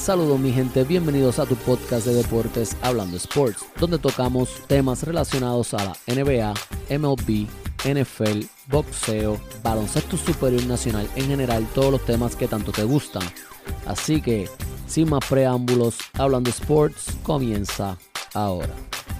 Saludos mi gente, bienvenidos a tu podcast de deportes Hablando Sports, donde tocamos temas relacionados a la NBA, MLB, NFL, boxeo, baloncesto superior nacional, en general todos los temas que tanto te gustan. Así que, sin más preámbulos, Hablando Sports comienza ahora.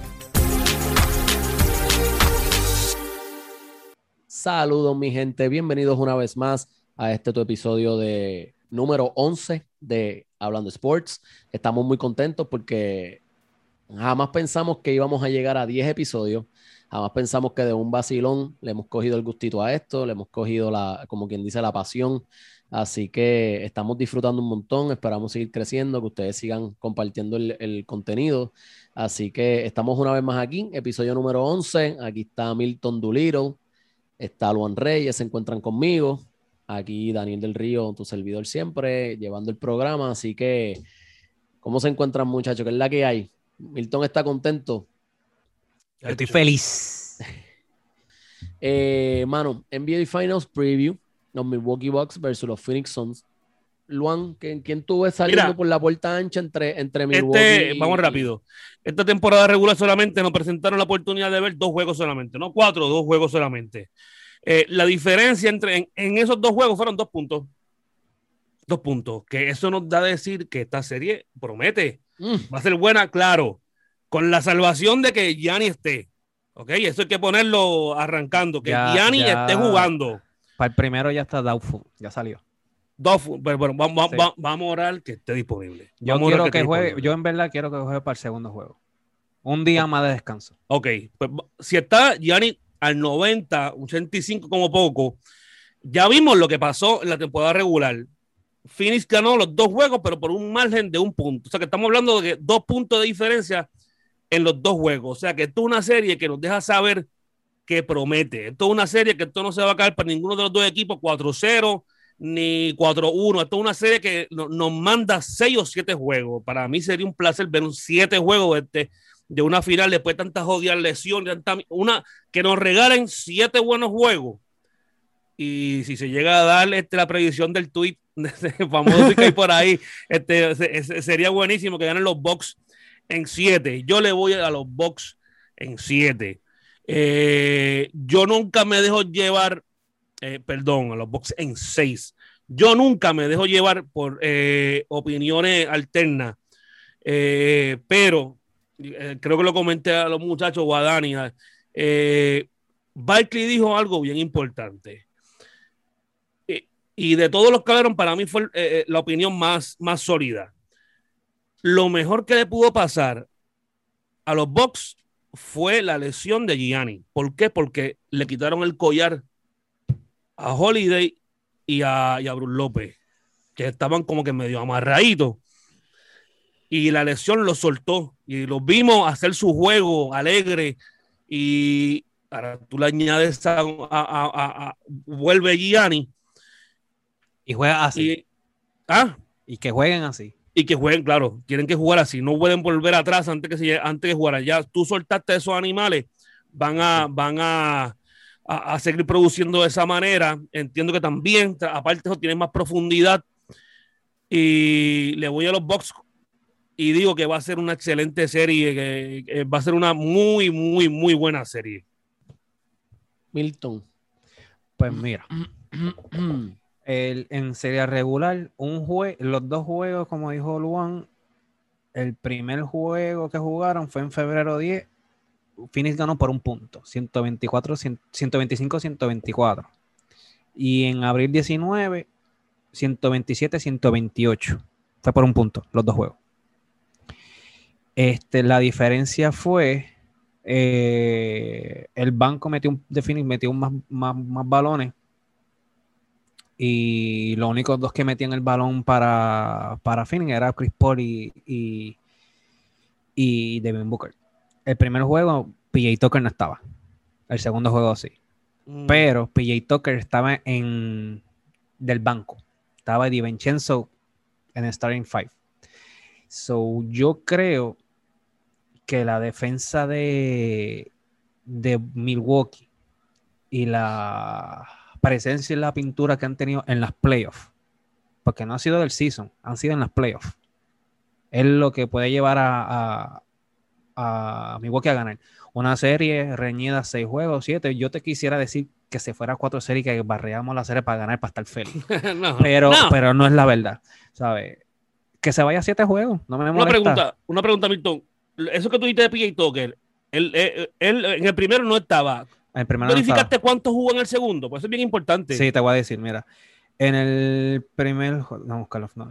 Saludos mi gente, bienvenidos una vez más a este tu episodio de número 11 de Hablando Sports. Estamos muy contentos porque jamás pensamos que íbamos a llegar a 10 episodios, jamás pensamos que de un vacilón le hemos cogido el gustito a esto, le hemos cogido como quien dice, la pasión. Así que estamos disfrutando un montón, esperamos seguir creciendo, que ustedes sigan compartiendo el contenido. Así que estamos una vez más aquí, episodio número 11. Aquí está Milton Doolittle, está Luan Reyes, se encuentran conmigo. Aquí Daniel del Río, tu servidor siempre, llevando el programa. Así que, ¿cómo se encuentran, muchachos? ¿Qué es la que hay? Milton está contento. Estoy feliz. Mano, NBA Finals Preview, los Milwaukee Bucks versus los Phoenix Suns. Luan, ¿quién tú ves saliendo por la puerta ancha entre Milwaukee Vamos rápido. Esta temporada regular solamente nos presentaron la oportunidad de ver 2 juegos solamente, no 4, 2 juegos solamente. La diferencia en esos 2 juegos fueron 2 puntos. 2 puntos. Que eso nos da a decir que esta serie promete. Va a ser buena, claro. Con la salvación de que Giannis esté. ¿Ok? Eso hay que ponerlo arrancando. Que Giannis esté jugando. Para el primero ya está doubtful. Ya salió. Bueno, vamos a orar que esté disponible. Yo quiero que juegue. Yo en verdad quiero que juegue para el segundo juego. Un día más de descanso. Ok. Pues si está Giannis al 90, 85 como poco, ya vimos lo que pasó en la temporada regular. Phoenix ganó los 2 juegos, pero por un margen de 1 punto. O sea que estamos hablando de 2 puntos de diferencia en los 2 juegos. O sea que esto es una serie que nos deja saber que promete. Esto es una serie que esto no se va a caer para ninguno de los 2 equipos 4-0 ni 4-1. Esto es una serie que nos manda 6 o 7 juegos. Para mí sería un placer ver un 7 juegos de una final después de tantas jodidas lesiones, que nos regalen 7 buenos juegos. Y si se llega a dar la predicción del tweet famoso que hay por ahí, sería buenísimo que ganen los Bucks en 7. Yo le voy a los Bucks en 7. Yo nunca me dejo llevar, a los Bucks en 6. Yo nunca me dejo llevar por opiniones alternas, pero creo que lo comenté a los muchachos o a Dani. Barkley dijo algo bien importante. Y de todos los que hablaron, para mí fue la opinión más sólida. Lo mejor que le pudo pasar a los Bucks fue la lesión de Giannis. ¿Por qué? Porque le quitaron el collar a Holiday y a Brook López, que estaban como que medio amarraditos. Y la lesión los soltó. Y los vimos hacer su juego alegre. Y ahora tú le añades vuelve Giannis. Y juega así. Y que jueguen así. Y que jueguen, claro, tienen que jugar así. No pueden volver atrás antes de jugar. Ya tú soltaste esos animales, van a seguir produciendo de esa manera. Entiendo que también, aparte de eso, tienen más profundidad. Y le voy a los Bucks y digo que va a ser una excelente serie, que va a ser una muy, muy, muy buena serie. Milton. Pues mira. En serie regular, los 2 juegos, como dijo Luan, el primer juego que jugaron fue en febrero 10. Phoenix ganó por 1 punto, 125-124. Y en abril 19, 127-128. Fue por 1 punto, los 2 juegos. La diferencia fue el banco de Phoenix metió más balones. Y los únicos 2 que metían el balón para Phoenix era Chris Paul y Devin Booker. El primer juego, PJ Tucker no estaba. El segundo juego sí. Pero PJ Tucker estaba del banco. Estaba DiVincenzo en el starting 5. So, yo creo que la defensa de Milwaukee y la presencia y la pintura que han tenido en las playoffs, porque no ha sido del season, han sido en las playoffs, es lo que puede llevar a Milwaukee a ganar. Una serie reñida 6 juegos, 7. Yo te quisiera decir que se fuera 4 series y que barreamos la serie para ganar, para estar feliz. No, no. Pero no es la verdad, ¿sabes? Que se vaya a 7 juegos, no me molesta. Una pregunta, Milton. Eso que tú dijiste de PJ Tucker, él en el primero no estaba. El primero no ¿Verificaste estaba. cuánto jugó en el segundo? Pues eso es bien importante. Sí, te voy a decir, mira. En el primer no, buscarlo, no,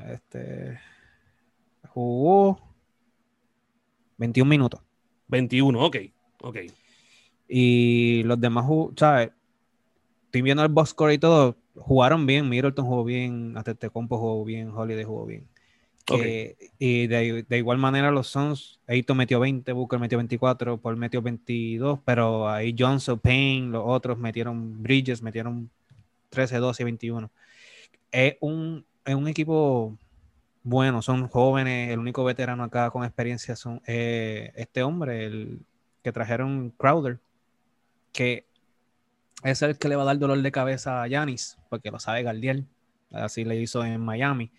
jugó 21 minutos. 21, ok. Ok. Y los demás, ¿sabes? Estoy viendo el box score y todo. Jugaron bien. Middleton jugó bien. Antetokounmpo jugó bien. Holiday jugó bien. Y de igual manera los Suns, Ayton metió 20, Booker metió 24, Paul metió 22, pero ahí Johnson, Payne, los otros metieron, Bridges metieron 13, 12 y 21. Es un equipo bueno, son jóvenes, el único veterano acá con experiencia son este hombre, el que trajeron Crowder, que es el que le va a dar dolor de cabeza a Giannis, porque lo sabe Galdiel, así le hizo en Miami.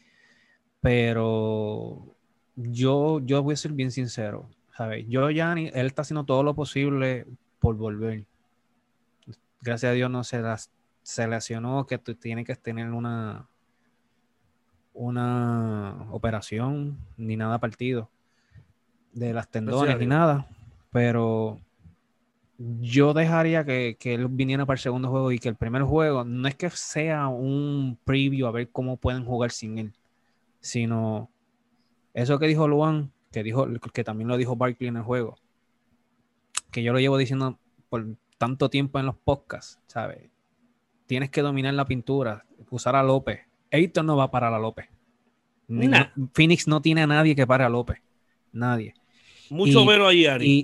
Pero yo voy a ser bien sincero, ¿sabes? Giannis, él está haciendo todo lo posible por volver. Gracias a Dios no se lesionó, que tiene que tener una operación, ni nada partido de las tendones, ni nada. Pero yo dejaría que él viniera para el segundo juego y que el primer juego no es que sea un preview a ver cómo pueden jugar sin él, sino eso que dijo Luan, que también lo dijo Barkley en el juego, que yo lo llevo diciendo por tanto tiempo en los podcasts, ¿sabes? Tienes que dominar la pintura, usar a López. Ayton no va a parar a López. Nah. Phoenix no tiene a nadie que pare a López. Nadie. Mucho menos a Giannis.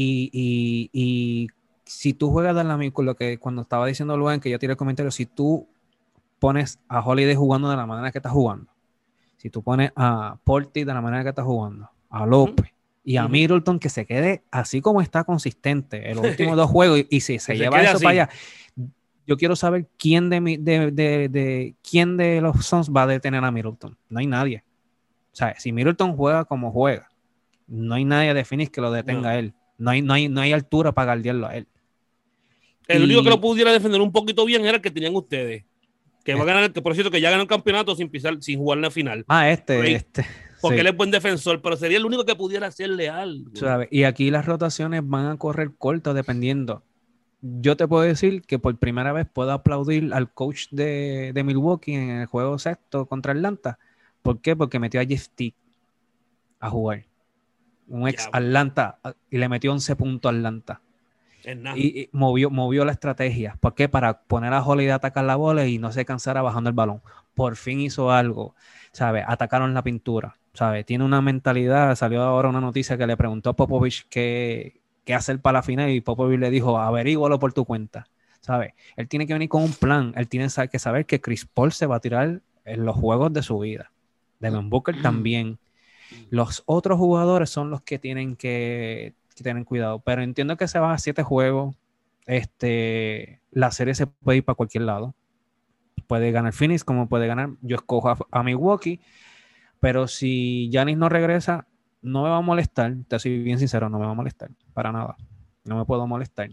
Y si tú juegas de la con lo que cuando estaba diciendo Luan, que yo tiré el comentario, si tú pones a Holiday jugando de la manera que está jugando, si tú pones a Portis de la manera que está jugando, a López y a Middleton, que se quede así como está consistente en los últimos 2 juegos y si se lleva eso así para allá, yo quiero saber quién quién de los Suns va a detener a Middleton. No hay nadie. O sea, si Middleton juega como juega, no hay nadie de Phoenix que lo detenga a él. No hay altura para guardiarlo a él. El único que lo pudiera defender un poquito bien era el que tenían ustedes. Que va a ganar, que por cierto, que ya ganó el campeonato sin jugar en la final. Porque él es buen defensor, pero sería el único que pudiera ser leal. ¿Sabes? Y aquí las rotaciones van a correr cortas dependiendo. Yo te puedo decir que por primera vez puedo aplaudir al coach de Milwaukee en el juego sexto contra Atlanta. ¿Por qué? Porque metió a Jeff Teague a jugar. Un ex Atlanta y le metió 11 puntos a Atlanta. Y movió la estrategia. ¿Por qué? Para poner a Holiday a atacar la bola y no se cansara bajando el balón. Por fin hizo algo, ¿sabes? Atacaron la pintura, ¿sabes? Tiene una mentalidad. Salió ahora una noticia que le preguntó a Popovich qué hacer para la final y Popovich le dijo, averígualo por tu cuenta, ¿sabes? Él tiene que venir con un plan. Él tiene que saber que Chris Paul se va a tirar en los juegos de su vida. Devin Booker también. Los otros jugadores son los que tienen que tener cuidado, pero entiendo que se van a 7 juegos. La serie se puede ir para cualquier lado. Puede ganar Phoenix como puede ganar. Yo escojo a Milwaukee, pero si Giannis no regresa, no me va a molestar. Te soy bien sincero, no me va a molestar para nada. No me puedo molestar.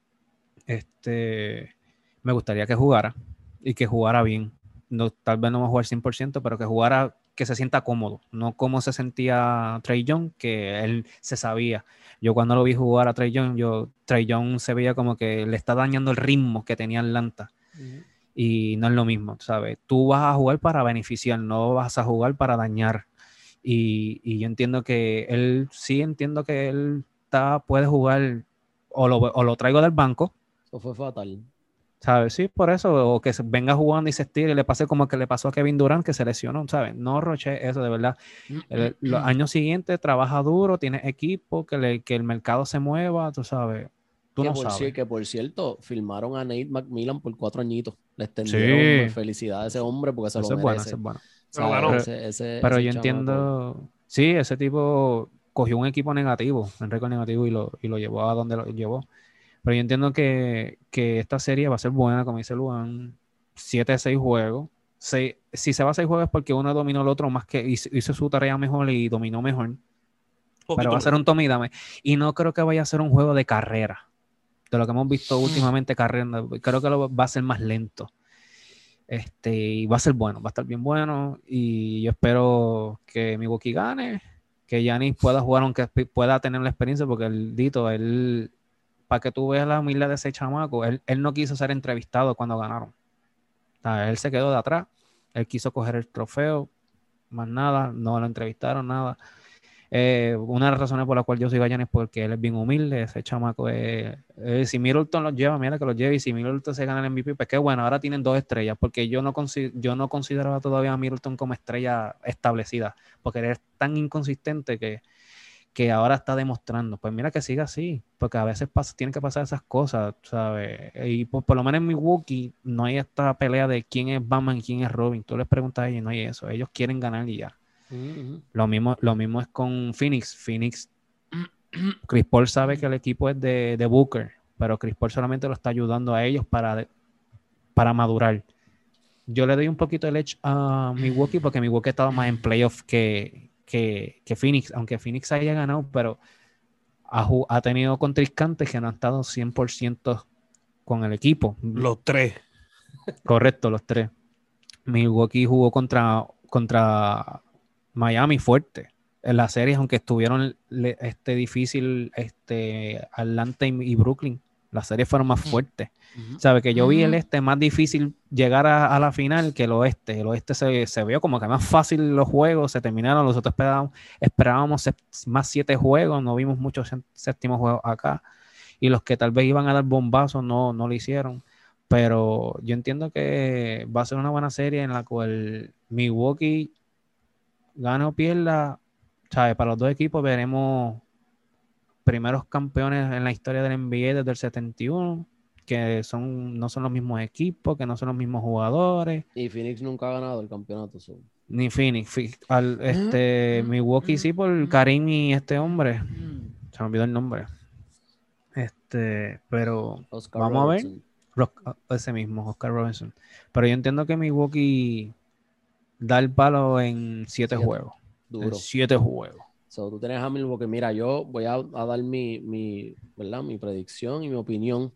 Me gustaría que jugara y que jugara bien. No, tal vez no va a jugar 100%, pero que jugara, que se sienta cómodo, no como se sentía Trae Young, que él se sabía. Yo cuando lo vi jugar a Trae Young se veía como que le está dañando el ritmo que tenía Atlanta. Y no es lo mismo, ¿sabes? Tú vas a jugar para beneficiar, no vas a jugar para dañar. Y yo entiendo que él puede jugar o lo traigo del banco. Eso fue fatal. ¿Sabes? Sí, por eso, o que venga jugando y se estire y le pase como que le pasó a Kevin Durant, que se lesionó, ¿sabes? No roche eso, de verdad. Los años siguientes trabaja duro, tiene equipo, que el mercado se mueva, tú sabes. Tú no sabes. Que por cierto, firmaron a Nate McMillan por 4 añitos. Le extendieron felicidad a ese hombre porque se lo merece. Eso es bueno. Pero yo entiendo, sí, ese tipo cogió un equipo negativo, un récord negativo y lo llevó a donde lo llevó. Pero yo entiendo que esta serie va a ser buena, como dice Luan, 7-6 juegos. si se va a 6 juegos es porque uno dominó al otro más que hizo su tarea mejor y dominó mejor. Pero va a ser un tome y dame. Y no creo que vaya a ser un juego de carrera. De lo que hemos visto últimamente, carrera, creo que va a ser más lento. Y va a ser bueno, va a estar bien bueno. Y yo espero que Milwaukee gane, que Giannis pueda jugar, aunque pueda tener la experiencia, porque el Dito, para que tú veas la humildad de ese chamaco, él no quiso ser entrevistado cuando ganaron. O sea, él se quedó de atrás, él quiso coger el trofeo, más nada, no lo entrevistaron, nada. Una de las razones por las cuales yo soy Giannis es porque él es bien humilde, ese chamaco si Middleton los lleva, mira que los lleva, y si Middleton se gana el MVP, pues qué bueno, ahora tienen 2 estrellas, porque yo no consideraba todavía a Middleton como estrella establecida, porque él es tan inconsistente que ahora está demostrando. Pues mira que siga así, porque a veces tienen que pasar esas cosas, ¿sabes? Y por lo menos en Milwaukee no hay esta pelea de quién es Batman y quién es Robin. Tú les preguntas a ellos, no hay eso, ellos quieren ganar y ya. Lo mismo es con Phoenix. Chris Paul sabe que el equipo es de Booker, pero Chris Paul solamente lo está ayudando a ellos para madurar. Yo le doy un poquito el edge a Milwaukee porque Milwaukee ha estado más en playoff que Phoenix, aunque Phoenix haya ganado, pero ha tenido contrincantes que no han estado 100% con el equipo. Los 3. Correcto, los 3. Milwaukee jugó contra Miami fuerte en las series, aunque estuvieron difícil Atlanta y Brooklyn. Las series fueron más fuertes. Sabe que yo vi el más difícil llegar a la final que el oeste. El oeste se vio como que más fácil los juegos, se terminaron. Nosotros esperábamos más 7 juegos, no vimos muchos séptimos juegos acá. Y los que tal vez iban a dar bombazos no lo hicieron. Pero yo entiendo que va a ser una buena serie en la cual Milwaukee gane o pierda, ¿sabe? Para los 2 equipos veremos primeros campeones en la historia del NBA desde el 71, que no son los mismos equipos, que no son los mismos jugadores. Y Phoenix nunca ha ganado el campeonato. Ni Phoenix. Milwaukee sí por Karim y este hombre. Se me olvidó el nombre. Pero Oscar vamos Robertson. A ver. Ese mismo, Oscar Robinson. Pero yo entiendo que Milwaukee da el palo en 7 juegos. Duro. En 7 juegos. So, tú tienes a Milwaukee. Mira, yo voy a dar mi predicción y mi opinión.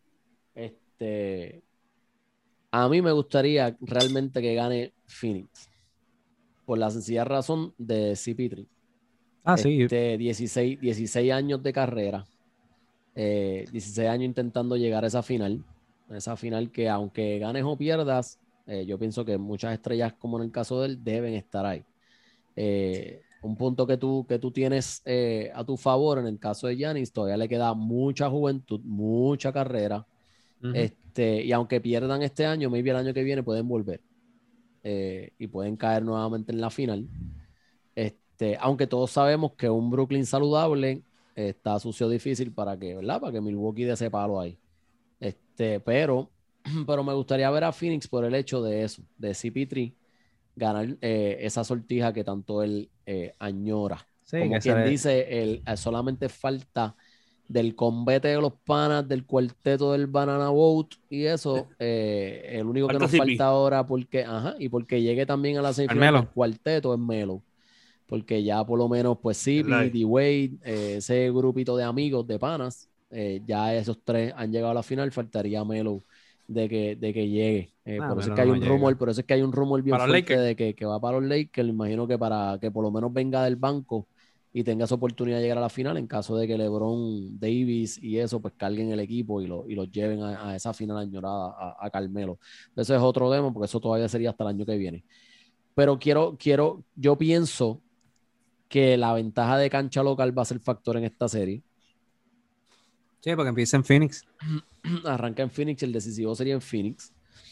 A mí me gustaría realmente que gane Phoenix. Por la sencilla razón de CP3. Sí. 16 años de carrera. 16 años intentando llegar a esa final. Esa final que aunque ganes o pierdas, yo pienso que muchas estrellas, como en el caso de él, deben estar ahí. Un punto que tú tienes a tu favor en el caso de Giannis, todavía le queda mucha juventud, mucha carrera. Y aunque pierdan este año, maybe el año que viene pueden volver y pueden caer nuevamente en la final. Aunque todos sabemos que un Brooklyn saludable está sucio difícil para que Milwaukee dé ese palo ahí. Pero me gustaría ver a Phoenix por el hecho de eso, de CP3 ganar esa sortija que tanto él añora. Sí, como quien dice, solamente falta del combate de los panas, del cuarteto del Banana Boat y eso, el único que nos falta ahora porque llegue también a la semifinal del cuarteto es Melo. Porque ya por lo menos, pues sí, D-Wade, ese grupito de amigos, de panas, ya esos 3 han llegado a la final, faltaría Melo de que llegue. Por eso es que hay un rumor, por eso es que hay un rumor bien fuerte de que va para los Lakers. Imagino que para que por lo menos venga del banco y tenga esa oportunidad de llegar a la final, en caso de que LeBron, Davis y eso, pues carguen el equipo y los lleven a esa final añorada a Carmelo. Eso es otro tema, porque eso todavía sería hasta el año que viene. Pero yo pienso que la ventaja de cancha local va a ser factor en esta serie. Sí, porque empieza en Phoenix. Arranca en Phoenix, el decisivo sería en Phoenix.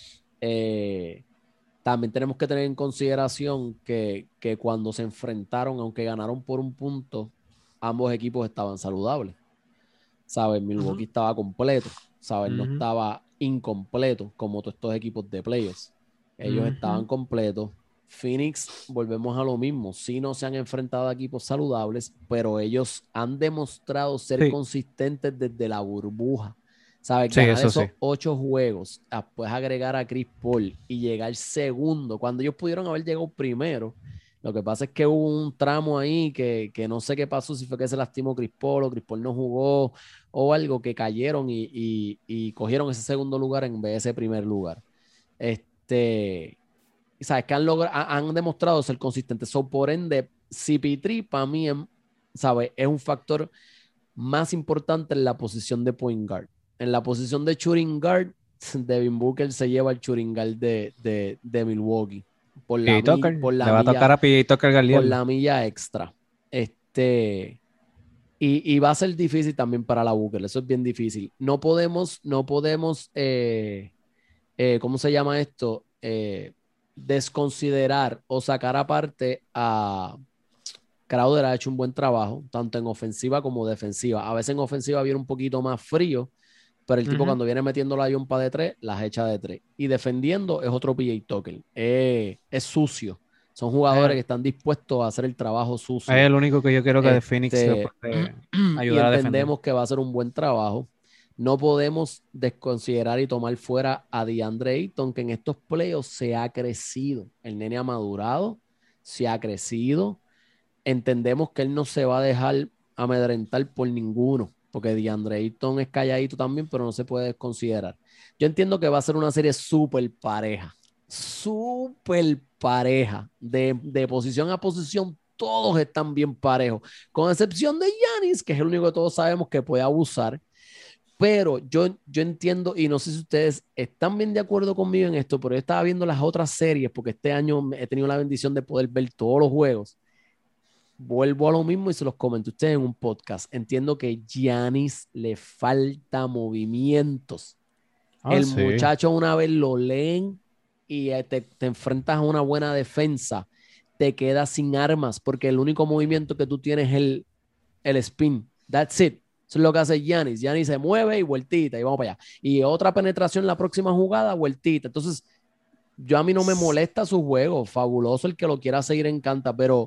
También tenemos que tener en consideración que cuando se enfrentaron, aunque ganaron por un punto, ambos equipos estaban saludables. ¿Sabes? Milwaukee estaba completo, ¿sabes? No estaba incompleto como todos estos equipos de playoffs. Ellos estaban completos. Phoenix, volvemos a lo mismo. Sí, no se han enfrentado a equipos saludables, pero ellos han demostrado ser consistentes desde la burbuja. ¿Sabes? Sí, Ganar eso esos sí. 8 juegos, después agregar a Chris Paul y llegar segundo, cuando ellos pudieron haber llegado primero. Lo que pasa es que hubo un tramo ahí que no sé qué pasó, si fue que se lastimó Chris Paul o Chris Paul no jugó o algo, que cayeron y cogieron ese segundo lugar en vez de ese primer lugar. ¿Sabes? Que han demostrado ser consistentes. So, por ende, CP3 para mí, ¿sabes? Es un factor más importante en la posición de point guard. En la posición de shooting guard, Devin Booker se lleva el shooting guard de Milwaukee por la, PJ Tucker, por la le va a tocar milla, a PJ Tucker por guardiarlo. la milla extra. Y va a ser difícil también para la Booker, eso es bien difícil. No podemos, ¿cómo se llama esto? Desconsiderar o sacar aparte a Crowder. Ha hecho un buen trabajo, tanto en ofensiva como defensiva. A veces en ofensiva viene un poquito más frío, pero el tipo cuando viene metiendo la yompa de 3, las echa de 3. Y defendiendo es otro PJ Tucker. Es sucio. Son jugadores que están dispuestos a hacer el trabajo sucio. Es el único que yo quiero que de Phoenix le puede Y ayudar a defender. entendemos que va a ser un buen trabajo. No podemos desconsiderar y tomar fuera a DeAndre Ayton, que en estos playoffs se ha crecido. El nene ha madurado, se ha crecido. Entendemos que él no se va a dejar amedrentar por ninguno, porque DeAndre Ayton es calladito también, pero no se puede desconsiderar. Yo entiendo que va a ser una serie súper pareja, de posición a posición. Todos están bien parejos, con excepción de Giannis, que es el único que todos sabemos que puede abusar. Pero yo entiendo, y no sé si ustedes están bien de acuerdo conmigo en esto, pero yo estaba viendo las otras series, porque este año he tenido la bendición de poder ver todos los juegos. Vuelvo a lo mismo y se los comento a ustedes en un podcast. Entiendo que Giannis le falta movimientos. El muchacho, una vez lo leen y te enfrentas a una buena defensa, te quedas sin armas, porque el único movimiento que tú tienes es el spin. That's it. Eso es lo que hace Giannis. Giannis se mueve y vueltita y vamos para allá. Y otra penetración en la próxima jugada, vueltita. Entonces, a mí no me molesta su juego. Fabuloso el que lo quiera seguir, encanta, pero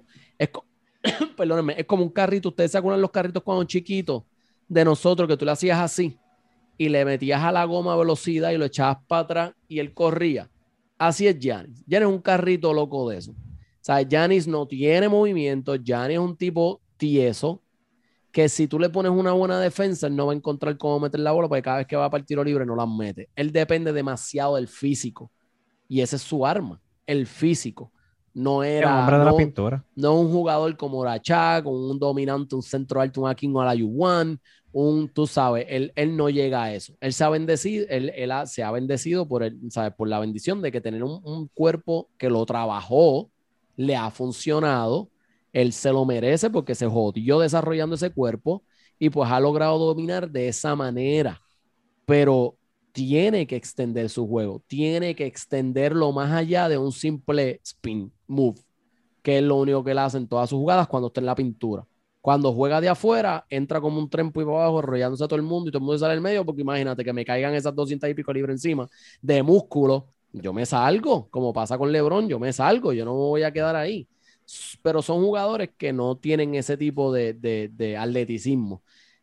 perdónenme, es como un carrito. Ustedes se acuerdan los carritos cuando chiquitos de nosotros, que tú le hacías así y le metías a la goma a velocidad y lo echabas para atrás y él corría. Así es Giannis. Giannis es un carrito loco de eso. O sea, Giannis no tiene movimiento. Giannis es un tipo tieso, que si tú le pones una buena defensa, él no va a encontrar cómo meter la bola, porque cada vez que va para el tiro libre no la mete. Él depende demasiado del físico, y ese es su arma, el físico. No era un hombre de la pintura. No un jugador como Rachá, con un dominante, un centro alto, un Akin Olajuwon, tú sabes, él no llega a eso. Él se ha bendecido, se ha bendecido ¿sabes? Por la bendición de que tener un cuerpo que lo trabajó, le ha funcionado. Él se lo merece porque se jodió desarrollando ese cuerpo y pues ha logrado dominar de esa manera. Pero tiene que extender su juego, tiene que extenderlo más allá de un simple spin move, que es lo único que él hace en todas sus jugadas cuando está en la pintura. Cuando juega de afuera, entra como un tren por abajo, arrollándose a todo el mundo y todo el mundo sale al medio, porque imagínate que me caigan esas 200 y pico libras encima de músculo. Yo me salgo, como pasa con LeBron, yo me salgo, yo no me voy a quedar ahí. Pero son jugadores que no tienen ese tipo de atleticismo.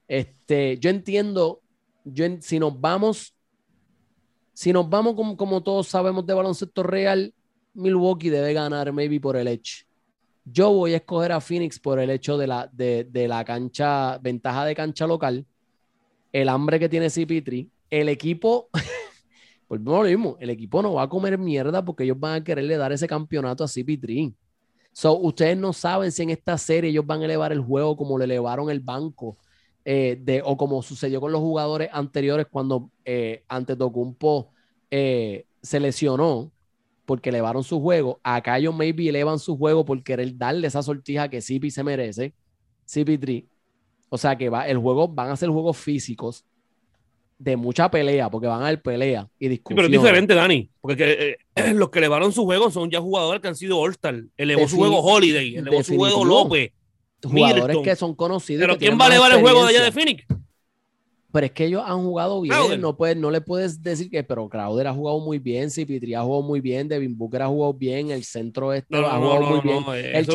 Yo entiendo, si nos vamos como todos sabemos de baloncesto real, Milwaukee debe ganar maybe por el edge. Yo voy a escoger a Phoenix por el hecho de la cancha, ventaja de cancha local, el hambre que tiene CP3, el equipo, pues no lo mismo, el equipo no va a comer mierda porque ellos van a quererle dar ese campeonato a CP3. So, ustedes no saben si en esta serie ellos van a elevar el juego como le elevaron el banco, o como sucedió con los jugadores anteriores cuando Antetokounmpo se lesionó porque elevaron su juego. Acá ellos maybe elevan su juego por querer darle esa sortija que CP se merece, CP3. O sea que van a ser juegos físicos de mucha pelea, porque van a haber pelea y discusión. Sí, pero es diferente, Dani, porque los que elevaron su juego son ya jugadores que han sido All-Star. Elevó su juego Holiday, elevó su juego López, jugadores Middleton, que son conocidos. Pero ¿quién va a elevar el juego de allá de Phoenix? Pero es que ellos han jugado bien, no le puedes decir que, pero Crowder ha jugado muy bien, CP3 ha jugado muy bien, Devin Booker ha jugado bien, el centro ha jugado muy bien, el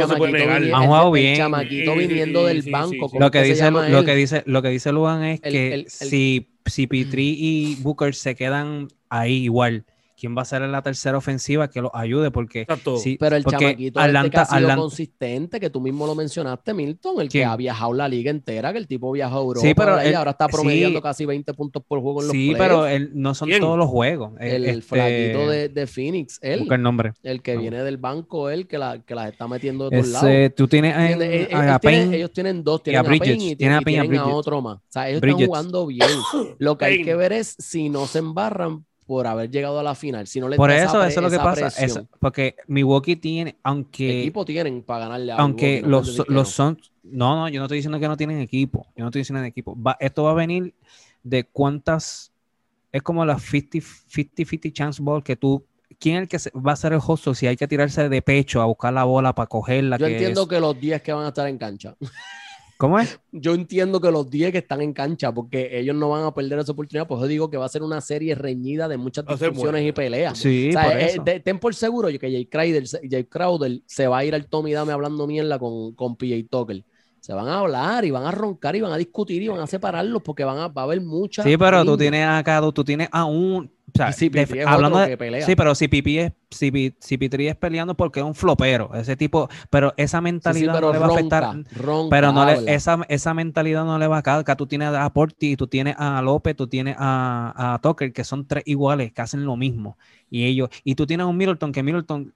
chamaquito viniendo del banco. Lo que dice Luan es que si CP3 y Booker se quedan ahí igual, ¿quién va a ser en la tercera ofensiva que los ayude? Porque pero el porque chamaquito que ha sido consistente, que tú mismo lo mencionaste, Milton, el que ha viajado la liga entera, que el tipo viajó a Europa, pero ahora está promediando casi 20 puntos por juego en los playoffs. Sí, pero no son todos los juegos. El flaquito de Phoenix, busca el nombre. El que viene del banco, que las está metiendo de todos lados. Tú tienes ellos tienen dos, tienen a Payne y tienen a otro más. O sea, ellos están jugando bien. Lo que hay que ver es si no se embarran por haber llegado a la final. Si no les por eso es lo que pasa. Porque Milwaukee tiene, aunque... equipo tienen para ganarle a aunque los Suns... No, yo no estoy diciendo que no tienen equipo. Yo no estoy diciendo equipo. Esto va a venir de cuántas... Es como la 50-50 chance ball que tú... ¿Quién es el que va a ser el host? Si hay que tirarse de pecho a buscar la bola para cogerla. Yo entiendo que los 10 que van a estar en cancha... ¿Cómo es? Yo entiendo que los 10 que están en cancha, porque ellos no van a perder esa oportunidad, pues yo digo que va a ser una serie reñida de muchas discusiones y peleas. Sí, o sea, por eso. Ten por seguro que Jay Crowder se va a ir al Tommy Dame hablando mierda con PJ Tucker. Se van a hablar y van a roncar y van a discutir y van a separarlos porque va a haber muchas. Sí, pero tú tienes a un... O sea, hablando de pelea. Sí, pero si CP3 es peleando porque es un flopero, ese tipo, pero esa mentalidad no le va a afectar. Pero no esa mentalidad no le va a caer. Acá tú tienes a Porti, tú tienes a López, tú tienes a Tucker, que son tres iguales, que hacen lo mismo. Y tú tienes a un Middleton, que Middleton,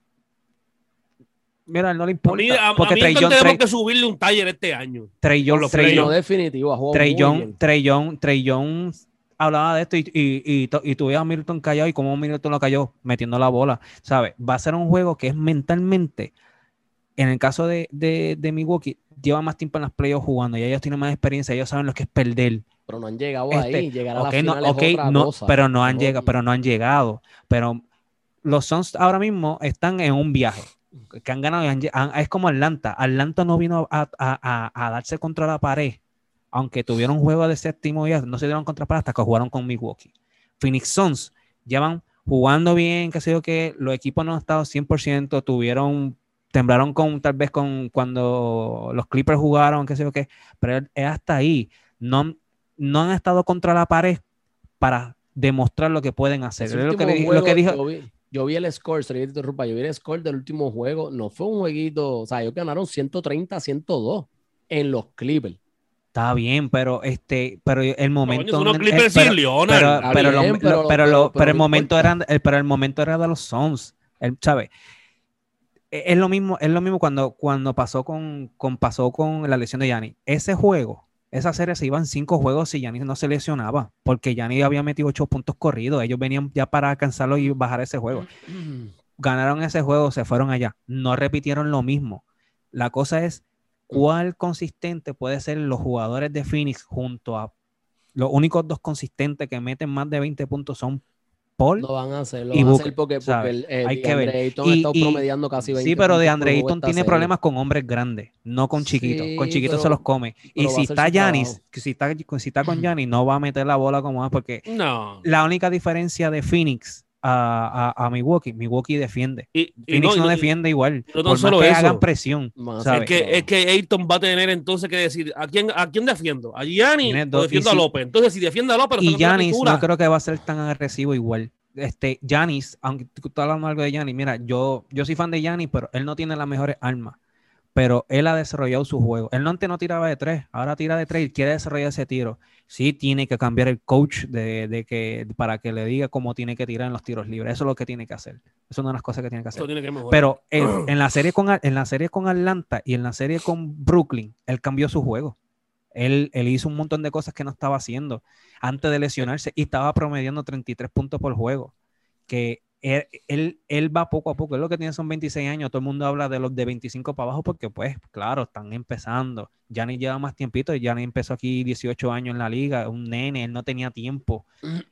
mira, no le importa. Porque tenemos que subirle un taller este año. Trey Young, definitivo. Trey Young hablaba de esto y tú veías a Milton callado y como Milton lo cayó metiendo la bola, ¿sabes? Va a ser un juego que es mentalmente, en el caso de Milwaukee, lleva más tiempo en las playoffs jugando y ellos tienen más experiencia, ellos saben lo que es perder. Pero no han llegado ahí, llegar a la final es otra cosa. Pero no han llegado. Pero los Suns ahora mismo están en un viaje que han ganado, es como Atlanta no vino a darse contra la pared, aunque tuvieron un juego de séptimo día, no se dieron contra pared hasta que jugaron con Milwaukee. Phoenix Suns llevan jugando bien, qué sé yo qué, los equipos no han estado 100%, temblaron tal vez cuando los Clippers jugaron, qué sé yo qué, pero es hasta ahí, no han estado contra la pared para demostrar lo que pueden hacer. Es lo que dijo. Yo vi el score, yo vi el score del último juego, no fue un jueguito, o sea, ellos ganaron 130-102 en los Clippers. Está bien, pero el momento. Unos Clippers sin Leonard. Pero el momento era de los Suns, ¿sabes? Es lo mismo cuando pasó con la lesión de Giannis. Ese juego, esa serie se iba en 5 juegos si Giannis no se lesionaba, porque Giannis había metido 8 puntos corridos. Ellos venían ya para alcanzarlo y bajar ese juego. Ganaron ese juego, se fueron allá. No repitieron lo mismo. La cosa es cuál consistente puede ser los jugadores de Phoenix junto a los únicos dos consistentes que meten más de 20 puntos son Paul no van a hacerlo, y Booker, porque hay que ver. Ayton ha estado promediando casi 20 sí, pero DeAndre Ayton tiene problemas con hombres grandes, no con chiquitos. Con chiquitos se los come. Y si está Giannis, si está con Giannis, no va a meter la bola como más, porque la única diferencia de Phoenix a Milwaukee defiende. Phoenix no defiende igual. No por solo más que eso. hagan presión. Es que Ayton va a tener entonces que decir ¿a quién defiendo? ¿A Giannis o defiendo a López? Entonces si defiende a López, y Giannis no creo que va a ser tan agresivo igual. Giannis, aunque tú estás hablando algo de Giannis, mira, yo soy fan de Giannis, pero él no tiene las mejores armas. Pero él ha desarrollado su juego. Él antes no tiraba de 3, ahora tira de 3 y quiere desarrollar ese tiro. Sí, tiene que cambiar el coach para que le diga cómo tiene que tirar en los tiros libres. Eso es lo que tiene que hacer. Eso es una de las cosas que tiene que hacer. Pero en la serie con Atlanta y en la serie con Brooklyn, él cambió su juego. Él hizo un montón de cosas que no estaba haciendo antes de lesionarse y estaba promediando 33 puntos por juego. Que él va poco a poco. Él lo que tiene son 26 años. Todo el mundo habla de los de 25 para abajo porque, pues, claro, están empezando. Giannis lleva más tiempito. Giannis empezó aquí 18 años en la liga. Un nene. Él no tenía tiempo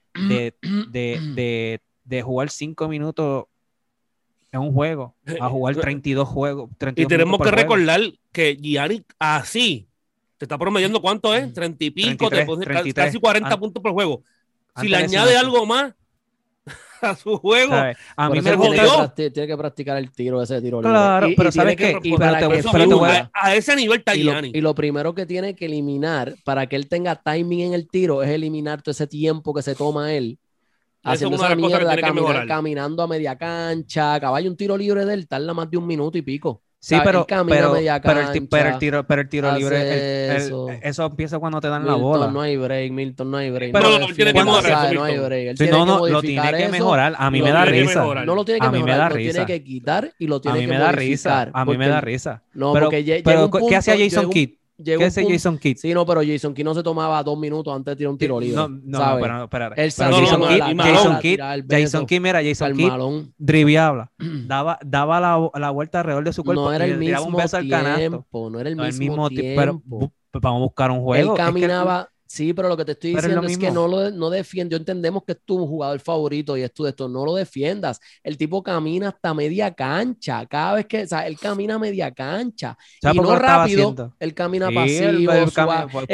de jugar 5 minutos en un juego a jugar 32 juegos. 32 y tenemos que juego. Recordar que Giannis así te está promediando ¿cuánto es? 30 y pico, 33, casi 40 puntos por juego. Si le añade algo más, a su juego. ¿sabes? A Por mí eso me tiene jodió. tiene que practicar el tiro, ese tiro libre. Claro, pero y ¿sabes tiene qué? y Pero para te que voy- Eso pero te mismo, voy a- a ese nivel está y lo, Giannis. y lo primero que tiene que eliminar para que él tenga timing en el tiro es eliminar todo ese tiempo que se toma él Eso es haciendo una de esa las cosas que mierda, tiene que mejorar. caminando a media cancha. Caballo, un tiro libre de él tarda más de 1 minuto y pico. O Sí, sea, él camina a media cancha, pero el tiro libre, hace eso. eso empieza cuando te dan la Milton, bola. no hay break, Milton, no hay break. Pero No no, lo él tiene defiende, que mejorar ¿sabes? eso, No hay Milton. break. Él Sí, tiene que lo modificar tiene que eso. mejorar. A mí lo me da tiene que risa. mejorar. No lo tiene que A mí me mejorar, da lo risa. tiene que quitar y lo A tiene mí que me da risa. modificar. A mí me da porque- risa. No, Pero, porque llega pero un punto, ¿qué hacía Jason llega Kidd? llega ¿Qué un hace punto- Jason Kidd? Sí, no, pero Jason Kidd no se tomaba 2 minutos antes de tirar un tiro libre. No, ¿sabes? pero espérate. Él Pero salía Jason a Kidd, la Malone. cara, tirar el beso, Jason Kidd, mira, Jason Kidd Malone. driviaba, daba la vuelta alrededor de su cuerpo No era y el le tiraba un mismo beso al canasto. tiempo, no era el No el mismo pero tiempo. vamos a buscar un Él juego. Es que caminaba, sí, pero lo que te estoy Pero es lo diciendo es que mismo. no defiende. Entendemos que es tu jugador favorito y es tú de esto, no lo defiendas. El tipo camina hasta media cancha. Cada vez que, o sea, él camina a media cancha ¿Sabes y por qué no lo estaba rápido, haciendo? él camina Sí, pasivo, él suave. camina, pues, Es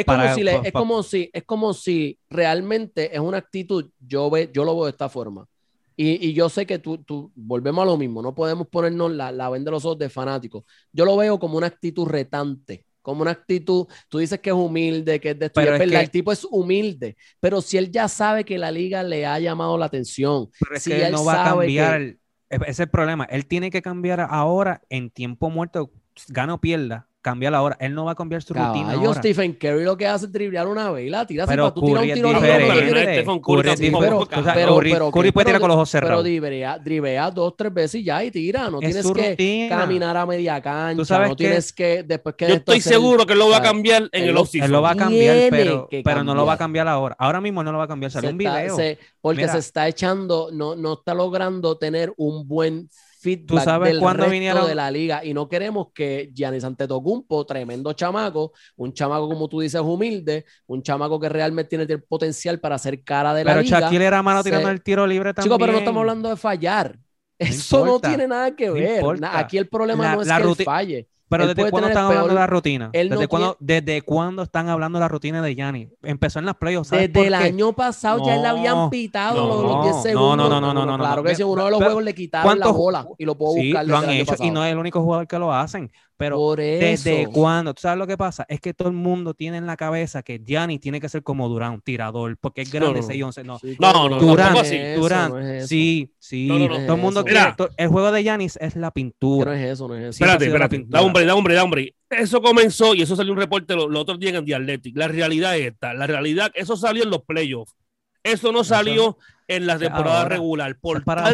como si realmente es una actitud, yo lo veo de esta forma. Y yo sé que tú, volvemos a lo mismo, no podemos ponernos la venda de los ojos de fanáticos. Yo lo veo como una actitud retante, como una actitud, tú dices que es humilde, que es de esto, y Pero es es verdad, que- el tipo es humilde, pero si él ya sabe que la liga le ha llamado la atención, Pero es si que él él no va a sabe cambiar. que Ese es el problema. Él tiene que cambiar ahora en tiempo muerto, gana o pierda, cambiar ahora. Él no va a cambiar su rutina caballo, ahora. Stephen Curry lo que hace es driblear una vez y la tira así Pero para tú tirar un Curry es tiro libre, diferente. tú Pero no tienes- es Stephen Curry Curry es tampoco, diferente. pero, O sea, cabrón. Curry puede tirar con los ojos cerrados. Pero dribea 2, 3 veces y ya y tira. No Es tienes su que rutina. caminar a media cancha. Tú sabes No que tienes que después que Yo esto estoy hacer- seguro que él lo va a ¿sabes? cambiar en Él el lo- offseason. Él lo va a cambiar, Tiene pero que no lo va a cambiar. cambiar ahora. Ahora mismo no lo va a cambiar. Salió un video. Porque Mira. se está echando, no está logrando tener un buen ¿Tú feedback sabes del cuándo resto vinieron? de la liga y no queremos que Giannis Antetokounmpo, tremendo chamaco, un chamaco como tú dices humilde, un chamaco que realmente tiene el potencial para ser cara de la Pero liga. Shaquille era mano se- tirando el tiro libre también. Chico, pero no estamos hablando de fallar. Eso no importa. tiene nada que No ver. importa. Aquí el problema La- no es la que él ruti- falle. Pero Él ¿desde puede cuándo tener están el hablando de peor- la rutina? él no ¿Desde cuándo están hablando de la rutina de Giannis? Empezó en las playoffs, ¿sabes Desde por el qué? año pasado ya le habían No, pitado no, los 10 no, segundos. no, Claro que no. sí, en uno de los Pero, juegos le quitaron la ¿cuántos- bola y lo puedo Sí, buscar lo desde han el año hecho y pasado. no es el único jugador que lo hacen. Pero Por ¿desde eso. cuándo? ¿Tú sabes lo que pasa? Es que todo el mundo tiene en la cabeza que Giannis tiene que ser como Durant, tirador, porque es grande, No, no. 6'11". No, Sí, No, claro, no, Durant, tampoco así. Durant, no es eso. sí, No, no, no. todo el mundo Eso. quiere. Mira. El juego de Giannis es la Que pintura. no es eso, no es eso. Siempre ha Espérate, sido la espérate. pintura. Da hombre. Eso comenzó y eso salió un reporte los otros días en The Athletic. La realidad es esta. La realidad, eso salió en los playoffs. Eso no salió en la temporada ahora. regular. Eso Por es para-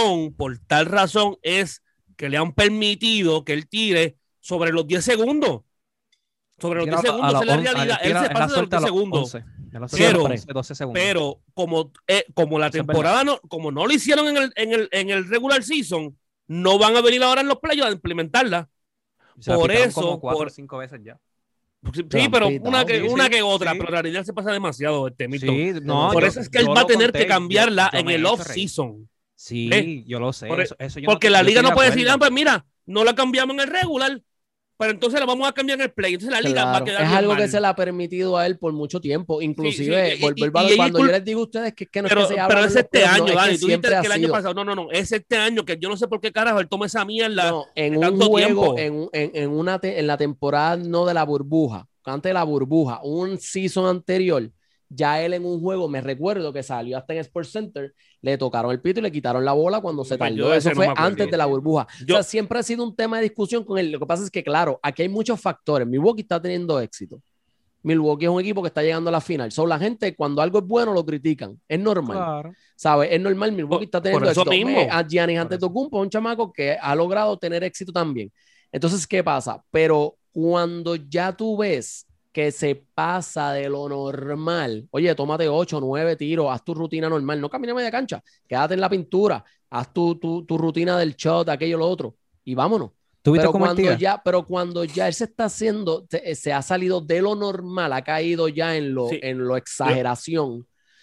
tal razón es que le han permitido que él tire sobre los 10 segundos. Sobre los 10 segundos, esa es la realidad. Él se pasa de los 10 segundos. Pero- 12 segundos. Pero como la Eso es temporada como no lo hicieron en el regular season, no van a venir ahora en los playoffs a implementarla. Se la por pitaron eso, como 4 por- o 5 veces ya. Sí, Se han pero pitado. una que otra, sí. pero la realidad se pasa demasiado, Milton. Sí, no, Por yo- eso es que él yo va a lo tener conté, que cambiarla yo en me he el hecho off-season. Sí, ¿Eh? yo lo sé. Por- Eso yo Porque no, la yo liga estoy no de puede decir, acuerdo. pues mira, no la cambiamos en el regular, pero entonces la vamos a cambiar en el play. Entonces la liga va a Claro, quedar es bien algo mal. que se le ha permitido a él por mucho tiempo. Inclusive, sí, volver y cuando discul- yo les digo a ustedes que no Pero, es que se habla pero en es los este playoffs, año, no, es Dani. que Tú siempre dijiste ha que el año sido. pasado. No. Es este año que yo no sé por qué carajo él toma esa mierda No, en de un tanto juego, tiempo. en la temporada no de la burbuja, antes de la burbuja, un season anterior, ya él en un juego, me recuerdo que salió hasta en Sports Center, le tocaron el pito y le quitaron la bola cuando se Pues yo tardó. de Eso ese no fue me acuerdo. antes de la burbuja. Yo- O sea, siempre ha sido un tema de discusión con él. Lo que pasa es que, claro, aquí hay muchos factores. Milwaukee está teniendo éxito. Milwaukee es un equipo que está llegando a la final. Son la gente, cuando algo es bueno, lo critican. Es normal. Claro. ¿Sabes? Es normal. Milwaukee está teniendo por eso éxito. mismo. A Giannis Por Antetokounmpo es un chamaco que ha logrado tener éxito también. Entonces, ¿qué pasa? Pero cuando ya tú ves que se pasa de lo normal, oye, tómate 8, 9 tiros, haz tu rutina normal, no camina media cancha, quédate en la pintura, haz tu rutina del shot, aquello, lo otro, y vámonos. ¿Tú viste Pero cómo él tira? pero cuando ya él se está haciendo, se ha salido de lo normal, ha caído ya en Sí. lo exageración.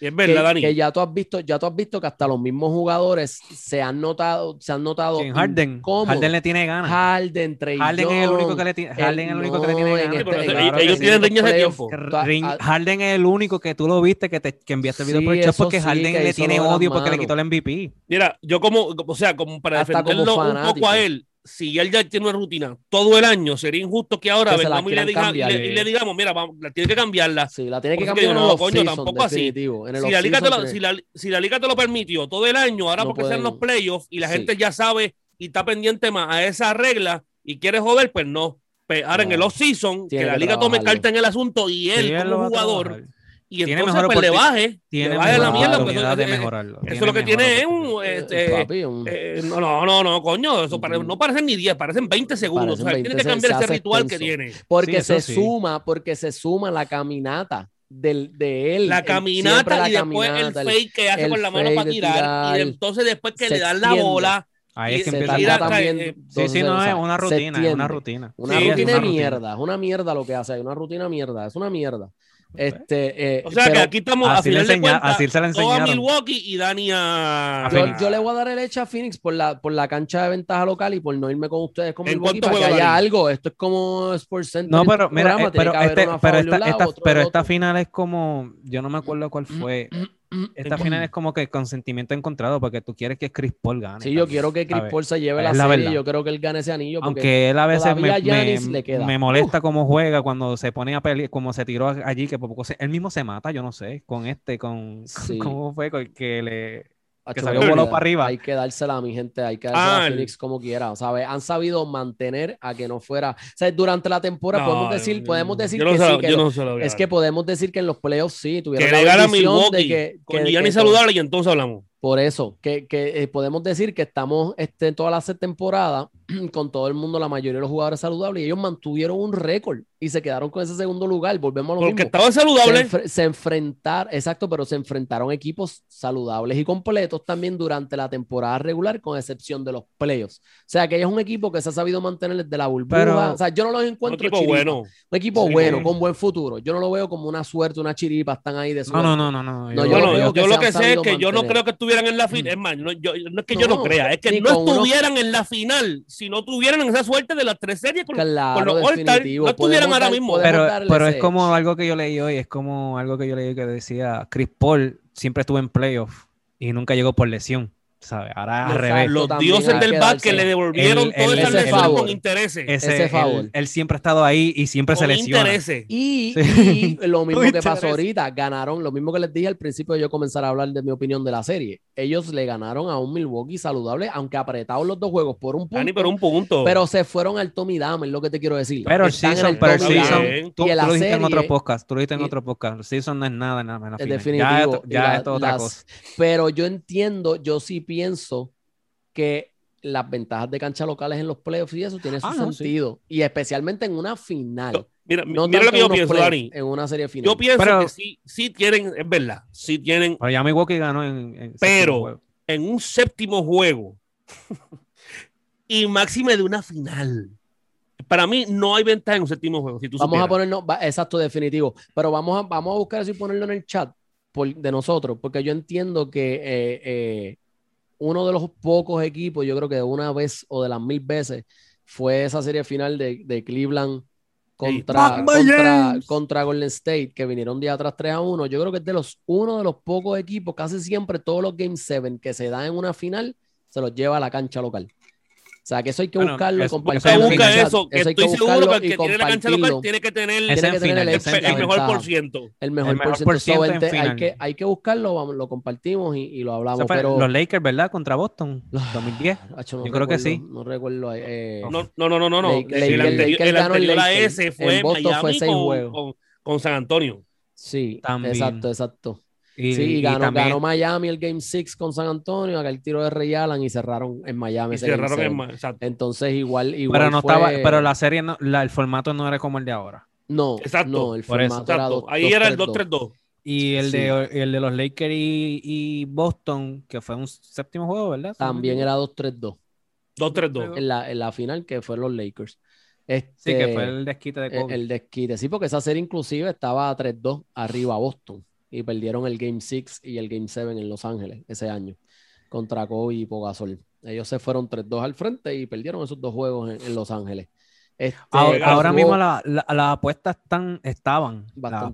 Y es verdad, Dani. Que ya tú has visto que hasta los mismos jugadores se han notado Harden. incómodos. Harden le tiene ganas. Harden, Trey Harden Young, es el único que le tiene ganas. Pero ellos tienen riñas de tiempo. Harden es el único que tú lo viste que enviaste el video por el chat porque Harden le tiene odio porque le quitó el MVP. Mira, yo como para defenderlo un poco a él, si él ya tiene una rutina todo el año, sería injusto que ahora vengamos y le digamos, mira, la tiene que cambiarla. Sí, la tiene que cambiar. No, coño, tampoco así. Si la liga te lo permitió todo el año, ahora porque sean los playoffs y la gente ya sabe y está pendiente más a esa regla y quiere joder, pues no. Pero ahora en el off-season, que la liga tome carta en el asunto y él como jugador... Y entonces pues le baje la mierda. De mejorarlo. Eso lo que tiene es no, coño, eso no parecen ni 10, parecen 20 segundos. O sea, tiene que cambiar ese ritual que tiene. Porque se suma la caminata de él. La caminata y después el fake que hace con la mano para tirar. Y entonces después que le dan la bola. Ahí es que empieza también. No es una rutina, es una rutina. Una rutina de mierda, es una mierda lo que hace, una rutina mierda, es una mierda. O sea que aquí estamos a final de cuentas, todo a Milwaukee y Dani a yo le voy a dar el hecho a Phoenix por la cancha de ventaja local y por no irme con ustedes con Milwaukee para que haya algo. Esto es como Sports Center. No, pero mira, pero esta final es como, yo no me acuerdo cuál fue. Esta final es como que con sentimiento encontrado porque tú quieres que Chris Paul gane. Sí, yo quiero que Chris Paul se lleve la serie. Yo creo que él gane ese anillo. Aunque él a veces me molesta cómo juega cuando se pone a pelear, como se tiró allí, que por poco él mismo se mata, yo no sé, cómo fue que salió volado para arriba. Hay que dársela a mi gente, hay que dársela a Phoenix como quiera, ¿sabes? Han sabido mantener a que no fuera, o sea, durante la temporada podemos decir que podemos decir que en los playoffs sí tuvieron la bendición de que con Giannis saludable y entonces hablamos. Por eso, que podemos decir que estamos en toda la temporada con todo el mundo, la mayoría de los jugadores saludables, y ellos mantuvieron un récord y se quedaron con ese segundo lugar. Volvemos a lo mismo. Porque estaban saludables. Pero se enfrentaron equipos saludables y completos también durante la temporada regular, con excepción de los playoffs. O sea, que es un equipo que se ha sabido mantener desde la burbuja. O sea, yo no los encuentro un equipo bueno, con buen futuro. Yo no lo veo como una suerte, una chiripa, están ahí de suerte. No. Yo lo que sé es que yo no creo que estuvieran en la final. Es más, no es que yo no crea, es que no estuvieran en la final si no tuvieran esa suerte de las 3 series con los All-Star, no estuvieran ahora mismo. Pero es como algo que yo leí hoy, que decía Chris Paul siempre estuvo en playoff y nunca llegó por lesión. ¿Sabes? Ahora al revés. Los dioses del básquet le devolvieron toda esa lesión con intereses. Ese favor. Él siempre ha estado ahí y siempre se lesiona. Y lo mismo que pasó ahorita, ganaron, lo mismo que les dije al principio de yo comenzar a hablar de mi opinión de la serie. Ellos le ganaron a un Milwaukee saludable, aunque apretados los dos juegos por un punto. Pero se fueron al Tommy Dame, es lo que te quiero decir. Pero el season, tú lo dijiste en otro podcast. El season no es nada en la final. Definitivo. Ya es otra cosa. Pero yo entiendo, yo sí pienso que las ventajas de cancha locales en los playoffs y eso tiene su sentido. Sí. Y especialmente en una final. Mira lo que yo pienso, Dani. En una serie final. Yo pienso que sí tienen, es verdad, sí tienen. Pero ya Milwaukee ganó pero en un séptimo juego y máxime de una final. Para mí no hay ventaja en un séptimo juego. Si tú vamos a ponernos, exacto, definitivo. Pero vamos a buscar eso y ponerlo en el chat de nosotros, porque yo entiendo que uno de los pocos equipos, yo creo que de una vez o de las 1000 veces, fue esa serie final de Cleveland contra Golden State, que vinieron día atrás 3-1. Yo creo que es uno de los pocos equipos, casi siempre todos los Game 7 que se dan en una final, se los lleva a la cancha local. O sea, que eso hay que buscarlo y compartirlo. Estoy seguro que el que tiene la cancha local tiene que tener el mejor por ciento. El mejor por ciento. Hay que buscarlo, lo compartimos y lo hablamos. Pero los Lakers, ¿verdad? Contra Boston, 2010. Yo creo que sí. No recuerdo. No. El anterior a ese fue Miami con San Antonio. Sí, exacto. Y ganó Miami el Game 6 con San Antonio, acá el tiro de Ray Allen y cerraron en Miami. Entonces igual pero no estaba, pero la serie el formato no era como el de ahora. No, exacto. El formato era ahí era el 2-3-2. Y el de los Lakers y Boston, que fue un séptimo juego, ¿verdad? También era 2-3-2. 2-3-2. En la final, que fue los Lakers. Sí, que fue el desquite de Kobe. El desquite, sí, porque esa serie inclusive estaba 3-2 arriba a Boston. y perdieron el Game 6 y el Game 7 en Los Ángeles ese año contra Kobe y Pau. Ellos se fueron 3-2 al frente y perdieron esos 2 juegos en Los Ángeles. Ahora mismo las apuestas estaban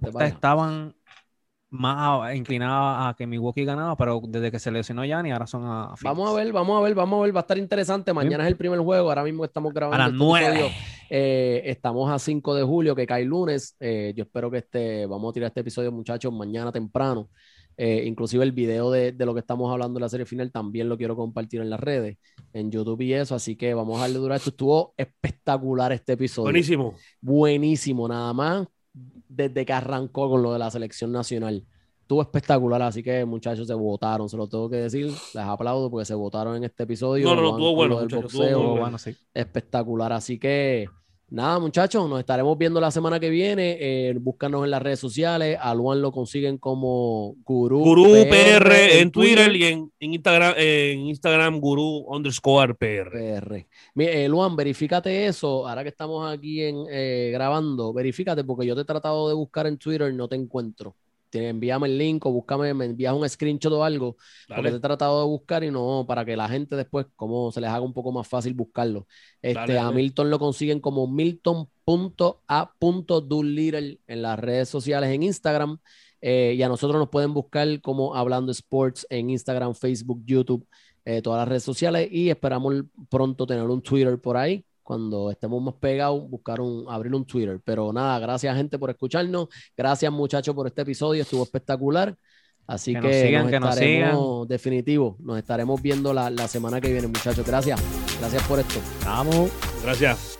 más inclinadas a que Milwaukee ganaba, pero desde que se lesionó Giannis, ahora son a Phoenix. Vamos a ver, va a estar interesante. Mañana es el primer juego, ahora mismo estamos grabando a las 9. Estamos a 5 de julio, que cae lunes. Yo espero que vamos a tirar este episodio, muchachos, mañana temprano. Inclusive el video de lo que estamos hablando de la serie final también lo quiero compartir en las redes, en YouTube y eso, así que vamos a darle duro a esto. Estuvo espectacular este episodio. Buenísimo, nada más desde que arrancó con lo de la selección nacional. Estuvo espectacular, así que muchachos se votaron, se lo tengo que decir, les aplaudo porque se votaron en este episodio. No, estuvo bueno, muchachos, estuvo bueno, sí. Espectacular, así que nada, muchachos, nos estaremos viendo la semana que viene. Búscanos en las redes sociales. A Luan lo consiguen como Gurú PR en Twitter y en Instagram Gurú_PR. Luan, verifícate eso. Ahora que estamos aquí grabando, verifícate porque yo te he tratado de buscar en Twitter y no te encuentro. Envíame el link o me envías un screenshot o algo. Dale. Porque te he tratado de buscar y no, para que la gente después, como se les haga un poco más fácil buscarlo. A Milton lo consiguen como milton.a.doolittle en las redes sociales en Instagram. Y a nosotros nos pueden buscar como Hablando Sports en Instagram, Facebook, YouTube, todas las redes sociales. Y esperamos pronto tener un Twitter por ahí. Cuando estemos más pegados, abrir un Twitter. Pero nada, gracias gente por escucharnos. Gracias muchachos por este episodio, estuvo espectacular. Así que nos estaremos, definitivo, nos estaremos viendo la semana que viene, muchachos. Gracias por esto. Vamos. Gracias.